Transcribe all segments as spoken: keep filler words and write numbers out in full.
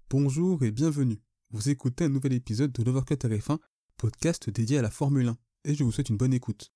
Bonjour et bienvenue. Vous écoutez un nouvel épisode de l'Overcut R F un, podcast dédié à la Formule un, et je vous souhaite une bonne écoute.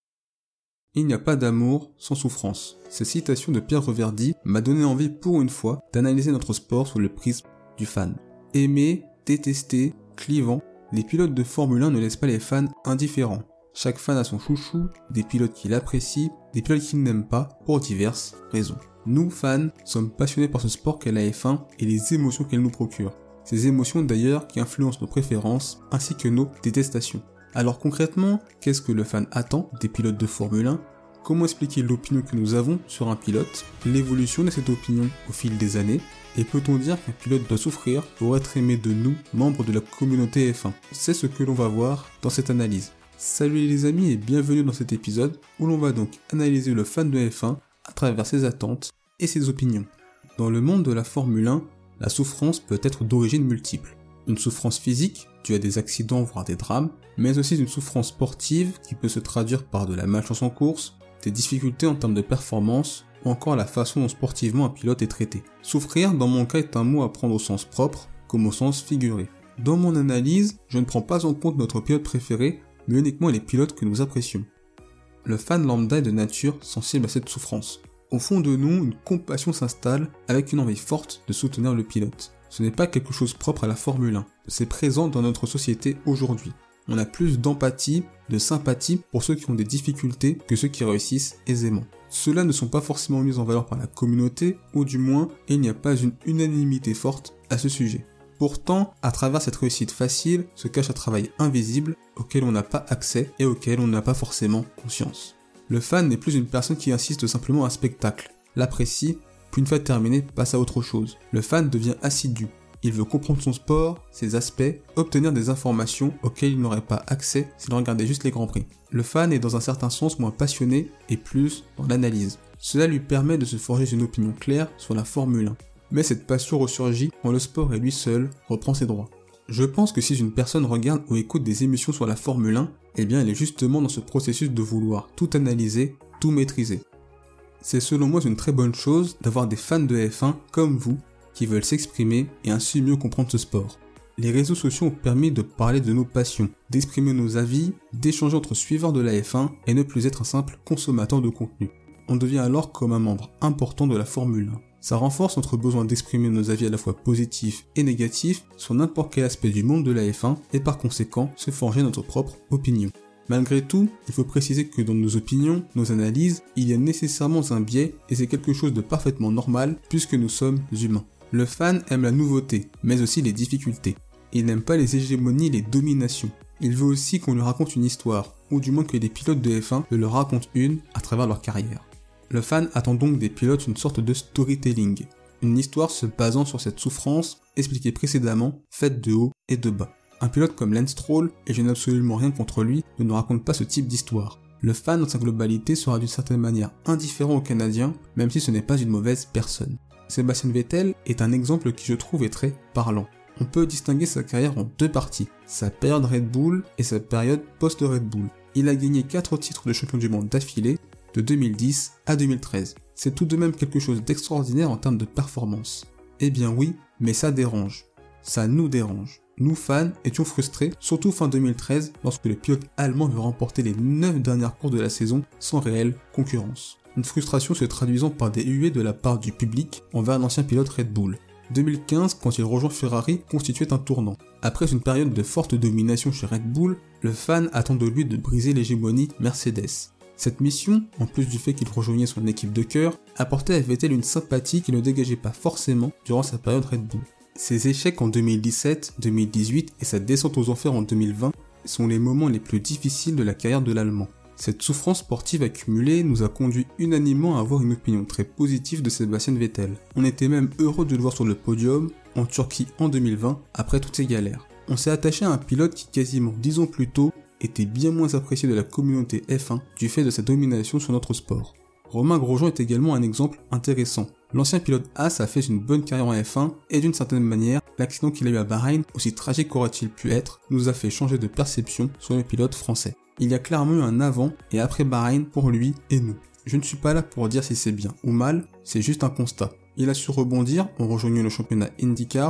Il n'y a pas d'amour sans souffrance. Cette citation de Pierre Reverdy m'a donné envie pour une fois d'analyser notre sport sous le prisme du fan. Aimé, détesté, clivant, les pilotes de Formule un ne laissent pas les fans indifférents. Chaque fan a son chouchou, des pilotes qu'il apprécie, des pilotes qu'il n'aime pas, pour diverses raisons. Nous, fans, sommes passionnés par ce sport qu'est la F un et les émotions qu'elle nous procure. Ces émotions d'ailleurs qui influencent nos préférences ainsi que nos détestations. Alors concrètement, qu'est-ce que le fan attend des pilotes de Formule un ? Comment expliquer l'opinion que nous avons sur un pilote, l'évolution de cette opinion au fil des années, et peut-on dire qu'un pilote doit souffrir pour être aimé de nous, membres de la communauté F un ? C'est ce que l'on va voir dans cette analyse. Salut les amis et bienvenue dans cet épisode où l'on va donc analyser le fan de F un à travers ses attentes et ses opinions. Dans le monde de la Formule un, la souffrance peut être d'origine multiple. Une souffrance physique, due à des accidents voire des drames, mais aussi une souffrance sportive qui peut se traduire par de la malchance en course, des difficultés en termes de performance, ou encore la façon dont sportivement un pilote est traité. Souffrir, dans mon cas, est un mot à prendre au sens propre, comme au sens figuré. Dans mon analyse, je ne prends pas en compte notre pilote préféré, mais uniquement les pilotes que nous apprécions. Le fan lambda est de nature sensible à cette souffrance. Au fond de nous, une compassion s'installe avec une envie forte de soutenir le pilote. Ce n'est pas quelque chose propre à la Formule un, c'est présent dans notre société aujourd'hui. On a plus d'empathie, de sympathie pour ceux qui ont des difficultés que ceux qui réussissent aisément. Ceux-là ne sont pas forcément mis en valeur par la communauté, ou du moins, il n'y a pas une unanimité forte à ce sujet. Pourtant, à travers cette réussite facile, se cache un travail invisible auquel on n'a pas accès et auquel on n'a pas forcément conscience. Le fan n'est plus une personne qui insiste simplement à un spectacle, l'apprécie, puis une fois terminé, passe à autre chose. Le fan devient assidu. Il veut comprendre son sport, ses aspects, obtenir des informations auxquelles il n'aurait pas accès s'il regardait juste les grands prix. Le fan est dans un certain sens moins passionné et plus dans l'analyse. Cela lui permet de se forger une opinion claire sur la Formule un. Mais cette passion ressurgit quand le sport et lui seul reprend ses droits. Je pense que si une personne regarde ou écoute des émissions sur la Formule un, eh bien elle est justement dans ce processus de vouloir tout analyser, tout maîtriser. C'est selon moi une très bonne chose d'avoir des fans de F un comme vous qui veulent s'exprimer et ainsi mieux comprendre ce sport. Les réseaux sociaux ont permis de parler de nos passions, d'exprimer nos avis, d'échanger entre suiveurs de la F un et ne plus être un simple consommateur de contenu. On devient alors comme un membre important de la Formule un. Ça renforce notre besoin d'exprimer nos avis à la fois positifs et négatifs sur n'importe quel aspect du monde de la F un et par conséquent se forger notre propre opinion. Malgré tout, il faut préciser que dans nos opinions, nos analyses, il y a nécessairement un biais et c'est quelque chose de parfaitement normal puisque nous sommes humains. Le fan aime la nouveauté, mais aussi les difficultés. Il n'aime pas les hégémonies et les dominations. Il veut aussi qu'on lui raconte une histoire, ou du moins que les pilotes de F un le leur racontent une à travers leur carrière. Le fan attend donc des pilotes une sorte de storytelling, une histoire se basant sur cette souffrance expliquée précédemment, faite de haut et de bas. Un pilote comme Lance Stroll, et je n'ai absolument rien contre lui, ne nous raconte pas ce type d'histoire. Le fan dans sa globalité sera d'une certaine manière indifférent au Canadien, même si ce n'est pas une mauvaise personne. Sébastien Vettel est un exemple qui je trouve est très parlant. On peut distinguer sa carrière en deux parties, sa période Red Bull et sa période post-Red Bull. Il a gagné quatre titres de champion du monde d'affilée, de deux mille dix à deux mille treize. C'est tout de même quelque chose d'extraordinaire en termes de performance. Eh bien oui, mais ça dérange. Ça nous dérange. Nous fans étions frustrés, surtout fin deux mille treize, lorsque le pilote allemand veut remporter les neuf dernières courses de la saison sans réelle concurrence. Une frustration se traduisant par des huées de la part du public envers l'ancien pilote Red Bull. deux mille quinze, quand il rejoint Ferrari, constituait un tournant. Après une période de forte domination chez Red Bull, le fan attend de lui de briser l'hégémonie Mercedes. Cette mission, en plus du fait qu'il rejoignait son équipe de cœur, apportait à Vettel une sympathie qu'il ne dégageait pas forcément durant sa période Red Bull. Ses échecs en deux mille dix-sept, deux mille dix-huit et sa descente aux enfers en deux mille vingt sont les moments les plus difficiles de la carrière de l'Allemand. Cette souffrance sportive accumulée nous a conduit unanimement à avoir une opinion très positive de Sébastien Vettel. On était même heureux de le voir sur le podium en Turquie en deux mille vingt après toutes ces galères. On s'est attaché à un pilote qui quasiment dix ans plus tôt était bien moins apprécié de la communauté F un du fait de sa domination sur notre sport. Romain Grosjean est également un exemple intéressant. L'ancien pilote Haas a fait une bonne carrière en F un et d'une certaine manière, l'accident qu'il a eu à Bahreïn, aussi tragique qu'aurait-il pu être, nous a fait changer de perception sur le pilote français. Il y a clairement eu un avant et après Bahreïn pour lui et nous. Je ne suis pas là pour dire si c'est bien ou mal, c'est juste un constat. Il a su rebondir en rejoignant le championnat IndyCar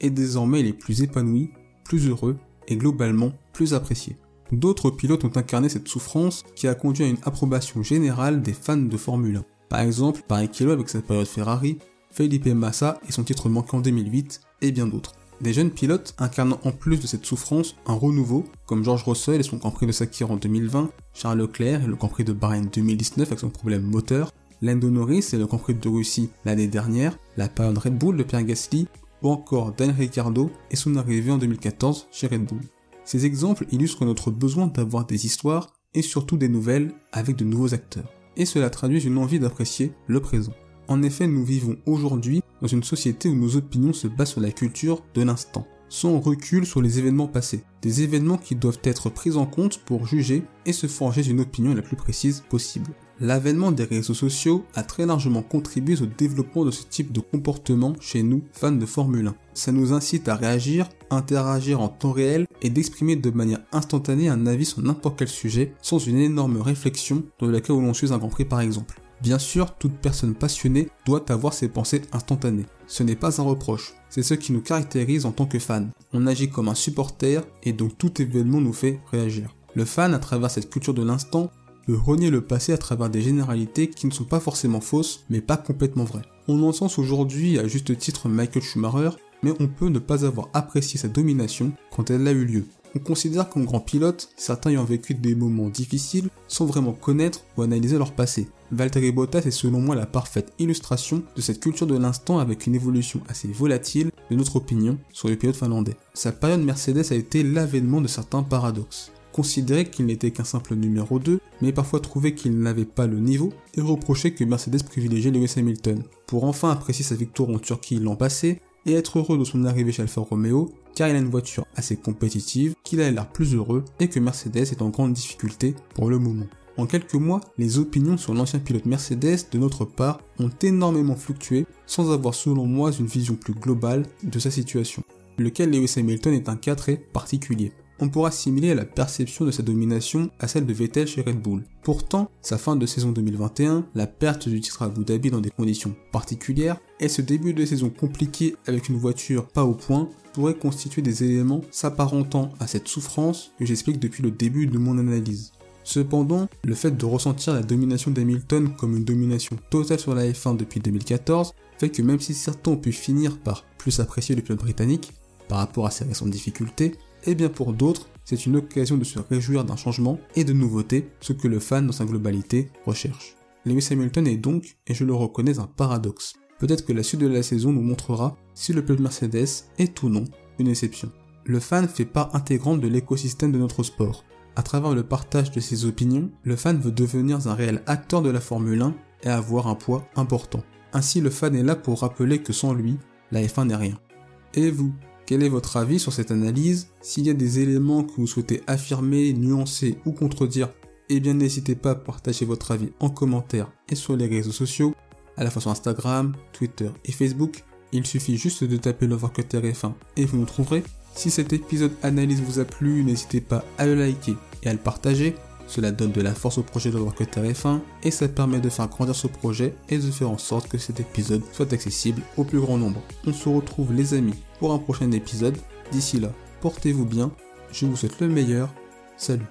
et désormais il est plus épanoui, plus heureux et globalement plus apprécié. D'autres pilotes ont incarné cette souffrance qui a conduit à une approbation générale des fans de Formule un. Par exemple, Barrichello avec sa période Ferrari, Felipe Massa et son titre manqué en deux mille huit, et bien d'autres. Des jeunes pilotes incarnant en plus de cette souffrance un renouveau, comme George Russell et son Grand Prix de Sakir en deux mille vingt, Charles Leclerc et le Grand Prix de Bahreïn deux mille dix-neuf avec son problème moteur, Lando Norris et le Grand Prix de Russie l'année dernière, la période Red Bull de Pierre Gasly, ou encore Daniel Ricciardo et son arrivée en deux mille quatorze chez Red Bull. Ces exemples illustrent notre besoin d'avoir des histoires et surtout des nouvelles avec de nouveaux acteurs. Et cela traduit une envie d'apprécier le présent. En effet, nous vivons aujourd'hui dans une société où nos opinions se basent sur la culture de l'instant, sans recul sur les événements passés. Des événements qui doivent être pris en compte pour juger et se forger une opinion la plus précise possible. L'avènement des réseaux sociaux a très largement contribué au développement de ce type de comportement chez nous, fans de Formule un. Ça nous incite à réagir, interagir en temps réel et d'exprimer de manière instantanée un avis sur n'importe quel sujet sans une énorme réflexion dans le cas où l'on suit un Grand Prix par exemple. Bien sûr, toute personne passionnée doit avoir ses pensées instantanées. Ce n'est pas un reproche, c'est ce qui nous caractérise en tant que fan. On agit comme un supporter et donc tout événement nous fait réagir. Le fan, à travers cette culture de l'instant, peut renier le passé à travers des généralités qui ne sont pas forcément fausses, mais pas complètement vraies. On encense aujourd'hui à juste titre Michael Schumacher, mais on peut ne pas avoir apprécié sa domination quand elle a eu lieu. On considère comme grand pilote, certains ayant vécu des moments difficiles sans vraiment connaître ou analyser leur passé. Valtteri Bottas est selon moi la parfaite illustration de cette culture de l'instant avec une évolution assez volatile de notre opinion sur le pilote finlandais. Sa période Mercedes a été l'avènement de certains paradoxes. Considérer qu'il n'était qu'un simple numéro deux, mais parfois trouver qu'il n'avait pas le niveau, et reprocher que Mercedes privilégiait Lewis Hamilton, pour enfin apprécier sa victoire en Turquie l'an passé, et être heureux de son arrivée chez Alfa Romeo, car il a une voiture assez compétitive, qu'il a l'air plus heureux, et que Mercedes est en grande difficulté pour le moment. En quelques mois, les opinions sur l'ancien pilote Mercedes de notre part ont énormément fluctué, sans avoir selon moi une vision plus globale de sa situation. Lequel Lewis Hamilton est un cas très particulier. On pourra assimiler la perception de sa domination à celle de Vettel chez Red Bull. Pourtant, sa fin de saison deux mille vingt et un, la perte du titre à Abu Dhabi dans des conditions particulières, et ce début de saison compliqué avec une voiture pas au point, pourraient constituer des éléments s'apparentant à cette souffrance que j'explique depuis le début de mon analyse. Cependant, le fait de ressentir la domination d'Hamilton comme une domination totale sur la F un depuis deux mille quatorze fait que même si certains ont pu finir par plus apprécier le pilote britannique par rapport à ses récentes difficultés, et bien pour d'autres, c'est une occasion de se réjouir d'un changement et de nouveautés, ce que le fan dans sa globalité recherche. Lewis Hamilton est donc, et je le reconnais, un paradoxe. Peut-être que la suite de la saison nous montrera si le pilote Mercedes est ou non une exception. Le fan fait part intégrante de l'écosystème de notre sport. À travers le partage de ses opinions, le fan veut devenir un réel acteur de la Formule un et avoir un poids important. Ainsi, le fan est là pour rappeler que sans lui, la F un n'est rien. Et vous ? Quel est votre avis sur cette analyse? S'il y a des éléments que vous souhaitez affirmer, nuancer ou contredire, eh bien n'hésitez pas à partager votre avis en commentaire et sur les réseaux sociaux, à la fois sur Instagram, Twitter et Facebook. Il suffit juste de taper l'Overcutter F un et vous nous trouverez. Si cet épisode analyse vous a plu, n'hésitez pas à le liker et à le partager. Cela donne de la force au projet de l'Overcutter F un et ça permet de faire grandir ce projet et de faire en sorte que cet épisode soit accessible au plus grand nombre. On se retrouve les amis pour un prochain épisode. D'ici là, portez-vous bien, je vous souhaite le meilleur, salut.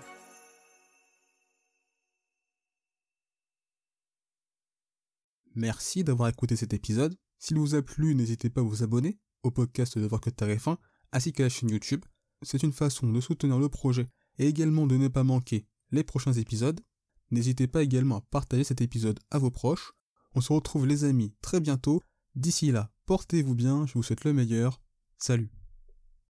Merci d'avoir écouté cet épisode. S'il vous a plu, n'hésitez pas à vous abonner au podcast de l'Overcutter F un ainsi qu'à la chaîne YouTube. C'est une façon de soutenir le projet et également de ne pas manquer les prochains épisodes. N'hésitez pas également à partager cet épisode à vos proches. On se retrouve les amis très bientôt. D'ici là, portez-vous bien, je vous souhaite le meilleur. Salut.